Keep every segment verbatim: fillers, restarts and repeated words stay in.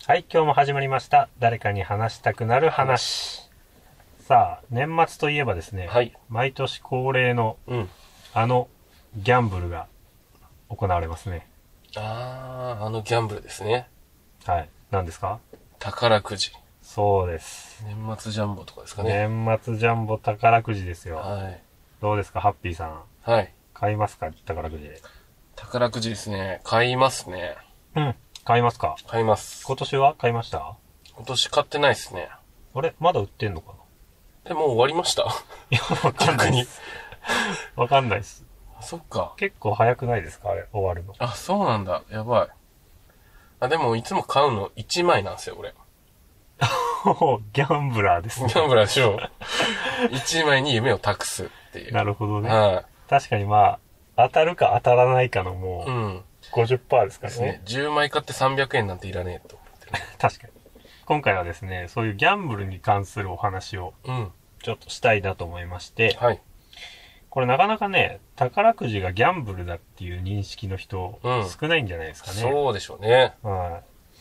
はい、今日も始まりました。誰かに話したくなる話。さあ、年末といえばですね、 はい、 毎年恒例の、 うん、 あのギャンブルが行われますね。 あー、あのギャンブルですね。 はい。何ですか？ 宝くじ。 そうです。 年末ジャンボとかですかね。 年末ジャンボ宝くじですよ。 はい。 どうですか、ハッピーさん。 はい。 買いますか、宝くじ。 宝くじですね。買いますね。 うん。買いますか？ 買います。 今年は買いました？ 今年買ってないですね。 あれまだ売ってんのかな？ え、もう終わりました？ いや、わかんないです。わかんないです。 そっか。 結構早くないですか、あれ、終わるの。 あ、そうなんだ。やばい。あ、でもいつも買うのいちまいなんですよ、俺。 ギャンブラーですね。 ギャンブラーでしょ。いちまいに夢を託すっていう。 なるほどね。 は確かにまあ、当たるか当たらないかのもい。うう、 ん。 ごじゅっパーセントですからね。 ですね。じゅうまい買ってさんびゃくえんなんていらねえと思ってね。 確かに。今回はですね、そういうギャンブルに関するお話をうん。 ちょっとしたいなと思いまして、 はい。 これなかなかね、宝くじがギャンブルだっていう認識の人、 うん少ないんじゃないですかね。 そうでしょうね。 はい。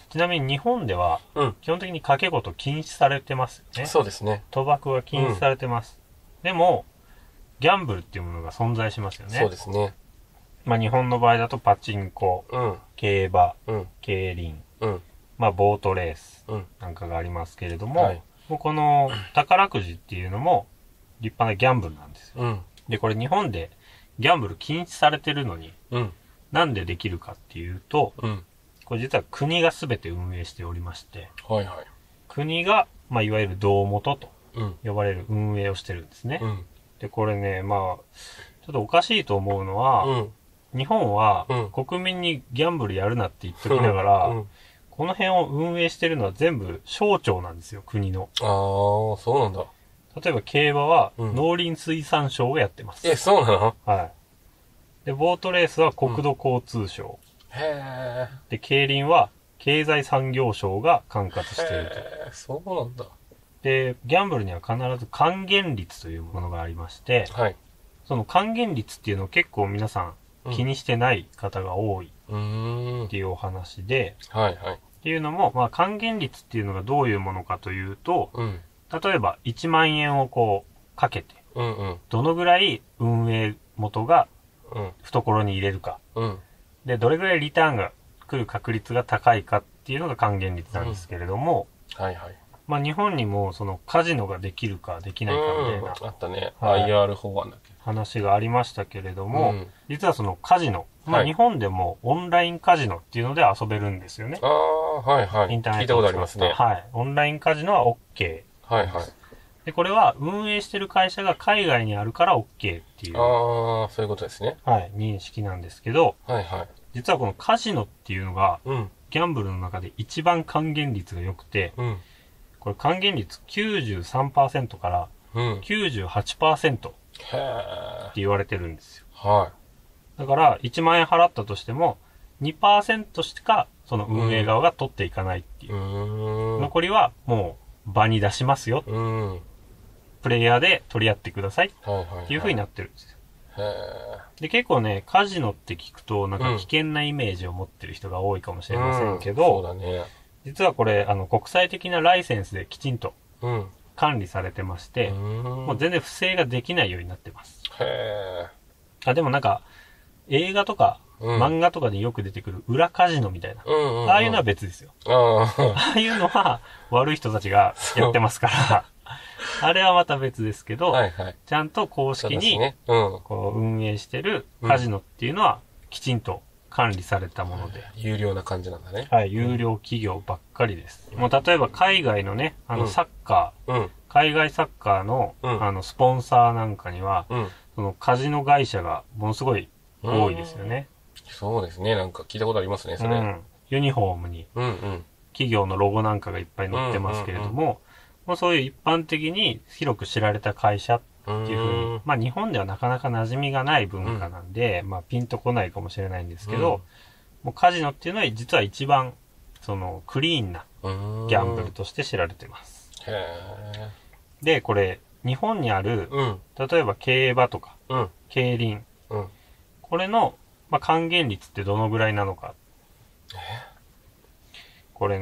ちなみに日本では、 うん。 基本的に賭け事禁止されてますよね。 そうですね。 賭博は禁止されてます。でも、ギャンブルっていうものが存在しますよね。 そうですね。 まあ日本の場合だとパチンコ、 うん。 競馬、 うん。 競輪、 うん。 まあボートレースうん。 なんかがありますけれども、 はい。 もうこの宝くじっていうのも立派なギャンブルなんですよ。 うん。 で、これ日本でギャンブル禁止されてるのに、 うん。 なんでできるかっていうと、 うん。 これ実は国が全て運営しておりまして、 はいはい。 国が、まあいわゆる胴元とうん。 呼ばれる運営をしてるんですね。 うん。 で、これね、まあ、ちょっとおかしいと思うのは、 うん。 日本はうん国民にギャンブルやるなって言っときながら、 うん。 この辺を運営してるのは全部省庁なんですよ、国の。 ああ、そうなんだ。 例えば競馬はうん農林水産省がやってます。 え、そうなの？ はい。で、ボートレースは国土交通省。 へえ。 で、競輪は経済産業省が管轄していると。 へえ、そうなんだ。 で、ギャンブルには必ず還元率というものがありまして、 はい。 その還元率っていうのを結構皆さん気にしてない方が多いうーんっ。ていうお話で、 はいはい。 っていうのも、まあ還元率っていうのがどういうものかというと、 うん。 例えばいちまん円をこうかけて、 うんうん。 どのぐらい運営元がうん。 懐に入れるか。 うん。 で、どれぐらいリターンが来る確率が高いかっていうのが還元率なんですけれども、 はいはい。 まあ日本にもそのカジノができるかできないかみたいなうん。あったね。 はいアイアール 法案だっけ。 話がありましたけれども、 うん実はそのカジノ、まはいあ日本でもオンラインカジノっていうので遊べるんですよね。 ああ、はいはい。 インターネッ聞いたことトを使ったありますね。 はい。オンラインカジノは OK。 はいはい。 で、これは運営してる会社が海外にあるから OK っていう、 ああ、そういうことですね。 はい、認識なんですけど、 はいはい。 実はこのカジノっていうのが、 うん。 ギャンブルの中で一番還元率が良くて、 うん。 これ還元率きゅうじゅうさんパーセントからうん。 きゅうじゅうはちパーセントってへえ。 言われてるんですよ。 はだからいちまん円払ったとしてもにパーセントしかその運営側が取っていかないっていい。うう。 ーん。 残りはもう場に出しますよ。 うん。はいプレイヤーで取り合ってくださいっはいはい。 ていう風になってるんですよ。 へで、結構ね、カジノって聞くと、なんかうん危険なイメージを持ってる人が多いかもしえ。 れませんけうん、そうど、 だね。 実はこれ、あの、国際的なライセンスできちんとうん。 管理されてましうて、 ーん。 もう全然不正ができないようになってます。 へえ。 あ、でもなんか、映画とか、 うん。 漫画とかでよく出てくる裏カジノみたいな。 うんうんうん。 ああいうのは別ですよ。 ああ。 ああいうのは悪い人たちがやってますから、あれはまた別ですけど、 はいはい。 ちゃんと公式に、 ね。うん。 こう運営してるカジノっていうのはきちんと管理されたもので、 有料な感じなんだね。 はい、有料企業ばっかりです。もう例えば海外のね、あうんのサッカー、 うん。 海外サッカーの、 うんあのスポンサーなんかには、 うん。 そのカジノ会社がものすごい多いですよね。 そうですね。なんか聞いたことありますね、それ。 うん。ユニフォームにうんうん。 企業のロゴなんかがいっぱい載ってますけれども、もうそういう一般的に広く知られた会社っていうふうに、まあ日本ではなかなか馴染みがない文化なんで、まあピンとこないかもしれないんですけど、もうカジノっていうのは実は一番そのクリーンなうーん。 ギャンブルとして知られてます。 へえ。 で、これ日本にある、 うん。 例えば競馬とかうん。 競輪、 うん。 これの、まあ、還元率ってどのぐらいなのか。これね、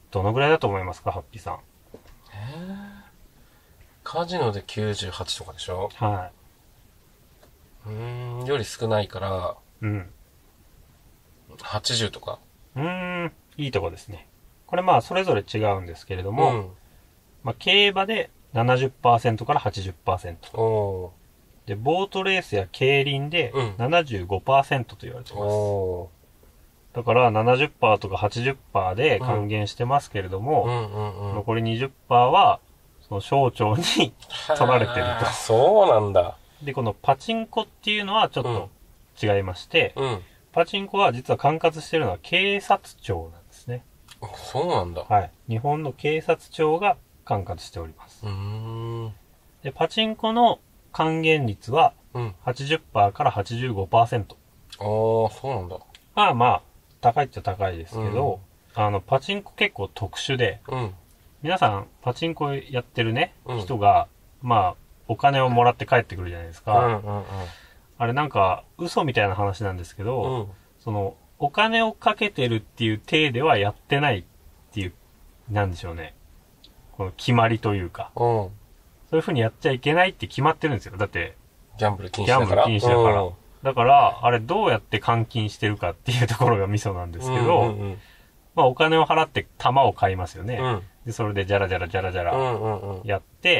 どのぐらいだと思いますか、ハッピーさん。 えー、カジノできゅうじゅうはちとかでしょ？ はい。うーん、より少ないから、 うん。 はちじゅうとか。 うーん、いいとこですね。これまあ、それぞれ違うんですけれども、 うん、 まあ、競馬で ななじゅっパーセント から はちじゅっパーセント。 おで、ボートレースや競輪で ななじゅうごパーセント と言われてます。 おだから ななじゅっパーセント とか はちじゅっパーセント で還元してますけれども、 うんうんうん、 残り にじゅっパーセント は、その省庁に取られてると。 そうなんだ。 で、このパチンコっていうのはちょっと違いまして、 うん、 パチンコは実は管轄しているのは警察庁なんですね。 そうなんだ。 はい。日本の警察庁が管轄しております。 うーん。 で、パチンコの還元率は はちじゅっパーセント から はちじゅうごパーセント。 ああ、そうなんだ。 まあまあ、高いっちゃ高いですけど、うん、あの、パチンコ結構特殊で、 うん、 皆さん、パチンコやってるね、 うん、 人が、まあ、お金をもらって帰ってくるじゃないですか。 うんうんうん、 あれなんか、嘘みたいな話なんですけど、うん、その、お金をかけてるっていう体ではやってないっていう、なんでしょうね。この決まりというか。うん、そういう風にやっちゃいけないって決まってるんですよ。だって、 ギャンブル禁止だから。ギャンブル禁止だから。うん、だから、あれどうやって換金してるかっていうところがミソなんですけど、うんうんうん、まあお金を払って玉を買いますよね。うん、で、それでジャラジャラジャラジャラやって、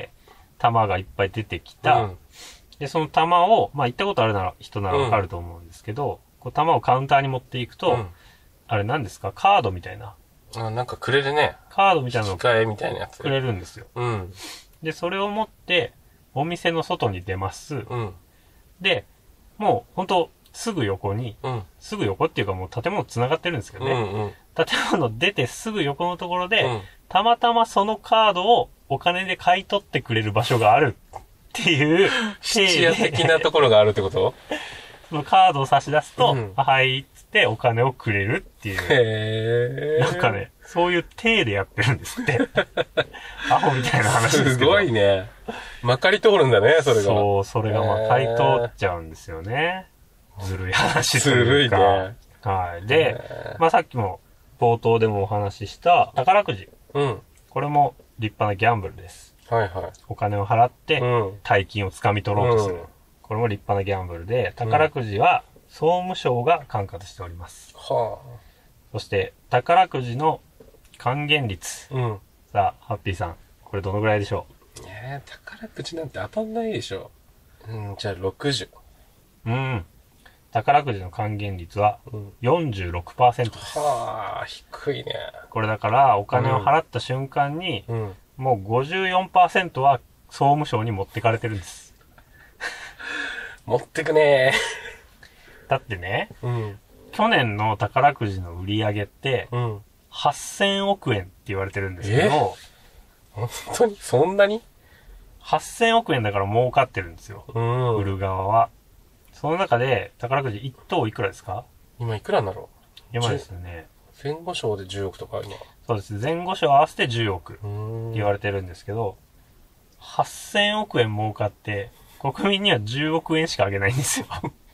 玉がいっぱい出てきた。うん、で、その玉を、まあ行ったことあるなら人ならわかると思うんですけど、うん、こう玉をカウンターに持っていくと、うん、あれ何ですか？カードみたいな。 あ、なんかくれるね。 カードみたいなのを機械みたいなやつ。 くれるんですよ。うん。で、それを持って、お店の外に出ます。うん。で、もう、ほんと、すぐ横に、うん、すぐ横っていうかもう建物繋がってるんですけどね。うんうん、建物出てすぐ横のところで、うん、たまたまそのカードをお金で買い取ってくれる場所があるっていう、 質屋的なところがあるってこと？ そのカードを差し出すと、うん、はい、つってお金をくれるっていう。へー。なんかね、そういう体でやってるんですって。アホみたいな話ですけど。 すごいね。まかり通るんだね、それが。 そう、それがまかり通っちゃうんですよね。ずるい話というか。ずるいね。はい。で、まあさっきも冒頭でもお話しした宝くじ。うん。これも立派なギャンブルです。はいはい。お金を払って、大金を掴み取ろうとする。うん、これも立派なギャンブルで、宝くじは総務省が管轄しております。はあ。そして、宝くじの還元率。うん。さあ、ハッピーさん、これどのぐらいでしょう？ えー、宝くじなんて当たんないでしょ。うん、じゃあろくじゅう。 うん。宝くじの還元率は よんじゅうろくパーセント です。 はあ、低いね。 これだから、お金を払った瞬間に、うん、もう ごじゅうよんパーセント は総務省に持ってかれてるんです。 持ってくねー。だってね、うん、去年の宝くじの売り上げって、うん、はっせんおくえんって言われてるんですけど、 本当にそんなに ? はっせんおくえんだから儲かってるんですよ。うん、売る側は。その中で、宝くじいっ等いくらですか？ 今いくらだろう？今ですね。 前後賞でじゅうおくとか今。 そうです。前後賞合わせてじゅうおくって言われてるんですけど、はっせんおくえん儲かって、国民にはじゅうおくえんしかあげないんですよ。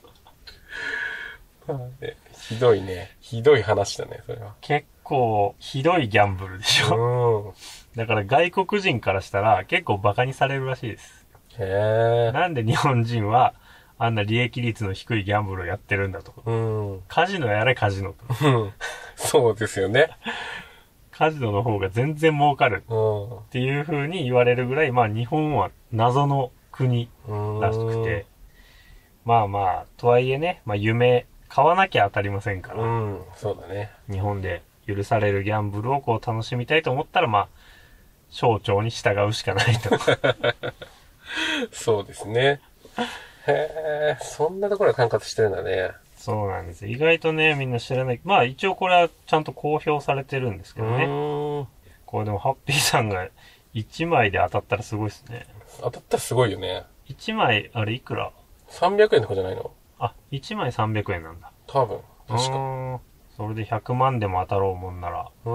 ひどいね。ひどい話だね、それは。 結構、ひどいギャンブルでしょ。だから外国人からしたら結構バカにされるらしいです。へー。なんで日本人はあんな利益率の低いギャンブルをやってるんだと。うん。カジノやれカジノと。 うん。そうですよね。 カジノの方が全然儲かる。っていう風に言われるぐらい、まあ日本は謎の国らしくて。まあまあ、とはいえね、まあ夢、買わなきゃ当たりませんから。 うん、そうだね。 日本で許されるギャンブルをこう楽しみたいと思ったら、まあ、省庁に従うしかないと。 そうですね。へえ、そんなところが管轄してるんだね。 そうなんです。意外とね、みんな知らない。まあ一応これはちゃんと公表されてるんですけどね。これでもハッピーさんがいちまいで当たったらすごいですね。 当たったらすごいよね。 いちまい、あれいくら？ さんびゃくえんとかじゃないの？あ、 いちまいさんびゃくえんなんだ。 多分。確か。 それでひゃくまんでも当たろうもんなら。 うん。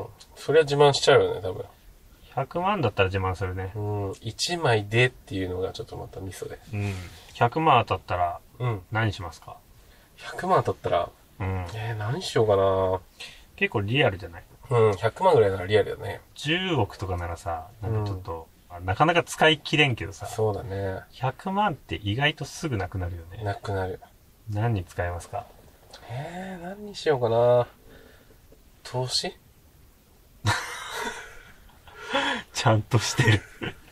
それは自慢しちゃうよね、多分。 ひゃくまんだったら自慢するね。 うん。いちまいでっていうのがちょっとまたミソで。 うん。ひゃくまん当たったら、うん。何しますか？ ひゃくまん当たったら、うん。えー、何しようかな。 結構リアルじゃない？ うん、ひゃくまんぐらいならリアルだね。 じゅうおくとかならさ、なんかちょっと、うん、なかなか使い切れんけどさ。 そうだね。 ひゃくまんって意外とすぐなくなるよね。 なくなる。 何に使いますか？ えー、何にしようかな。投資ちゃんとしてる。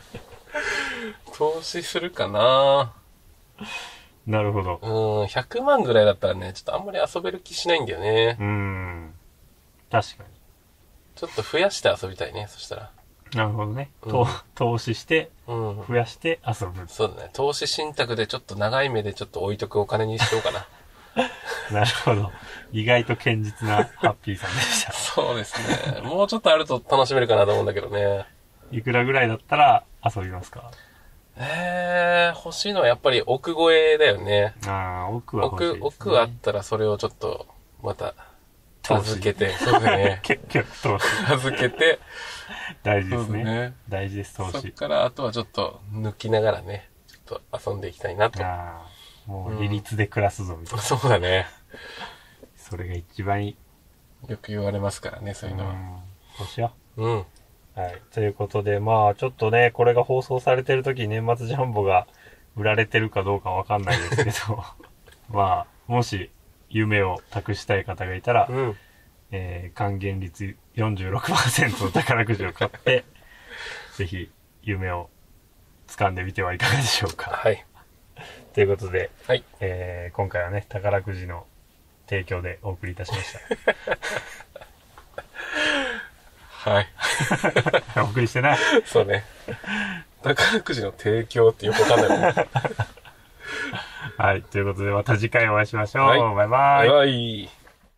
投資するかな。 なるほど。 うん、ひゃくまんぐらいだったらね、ちょっとあんまり遊べる気しないんだよね。 うーん。確かに。 ちょっと増やして遊びたいね、そしたら。 なるほどね。 うんと投資して、 うん。 増やして遊ぶ。 そうだね。投資信託でちょっと長い目でちょっと置いとくお金にしようかな。 なるほど。意外と堅実なハッピーさんでした。 そうですね。もうちょっとあると楽しめるかなと思うんだけどね。 いくらぐらいだったら遊びますか？ えー、欲しいのはやっぱり奥越えだよね。 ああ、奥は欲しいです、ね。 奥、奥あったらそれをちょっと、また、 投資預けて、そうだね。 結局投資。 預けて、 大事ですね。 そうだね大事です、投そっ資。 からあとはちょっと抜きながらね、ちょっと遊んでいきたいなと。 ああ、もう利率で暮らすぞ、みたいな。 そうだね。 それが一番いい。 よく言われますからね、そういうのは。 ん。そうしようん。 う。はい。ということで、まあ、ちょっとね、これが放送されてる時に年末ジャンボが売られてるかどうかわかんないですけど、まあ、もし夢を託したい方がいたら、 うん。 えー、還元率 よんじゅうろくパーセント の宝くじを買って、ぜひ夢を掴んでみてはいかがでしょうか。 はい。 ということで、 はい。 えー、今回はね、宝くじの提供でお送りいたしましはい。 た。お送りしてない。 そうね。宝くじの提供ってよくわかんないもんね。 はい。ということで、また次回お会いしましょう。 はいバイバイ。 バイバイ。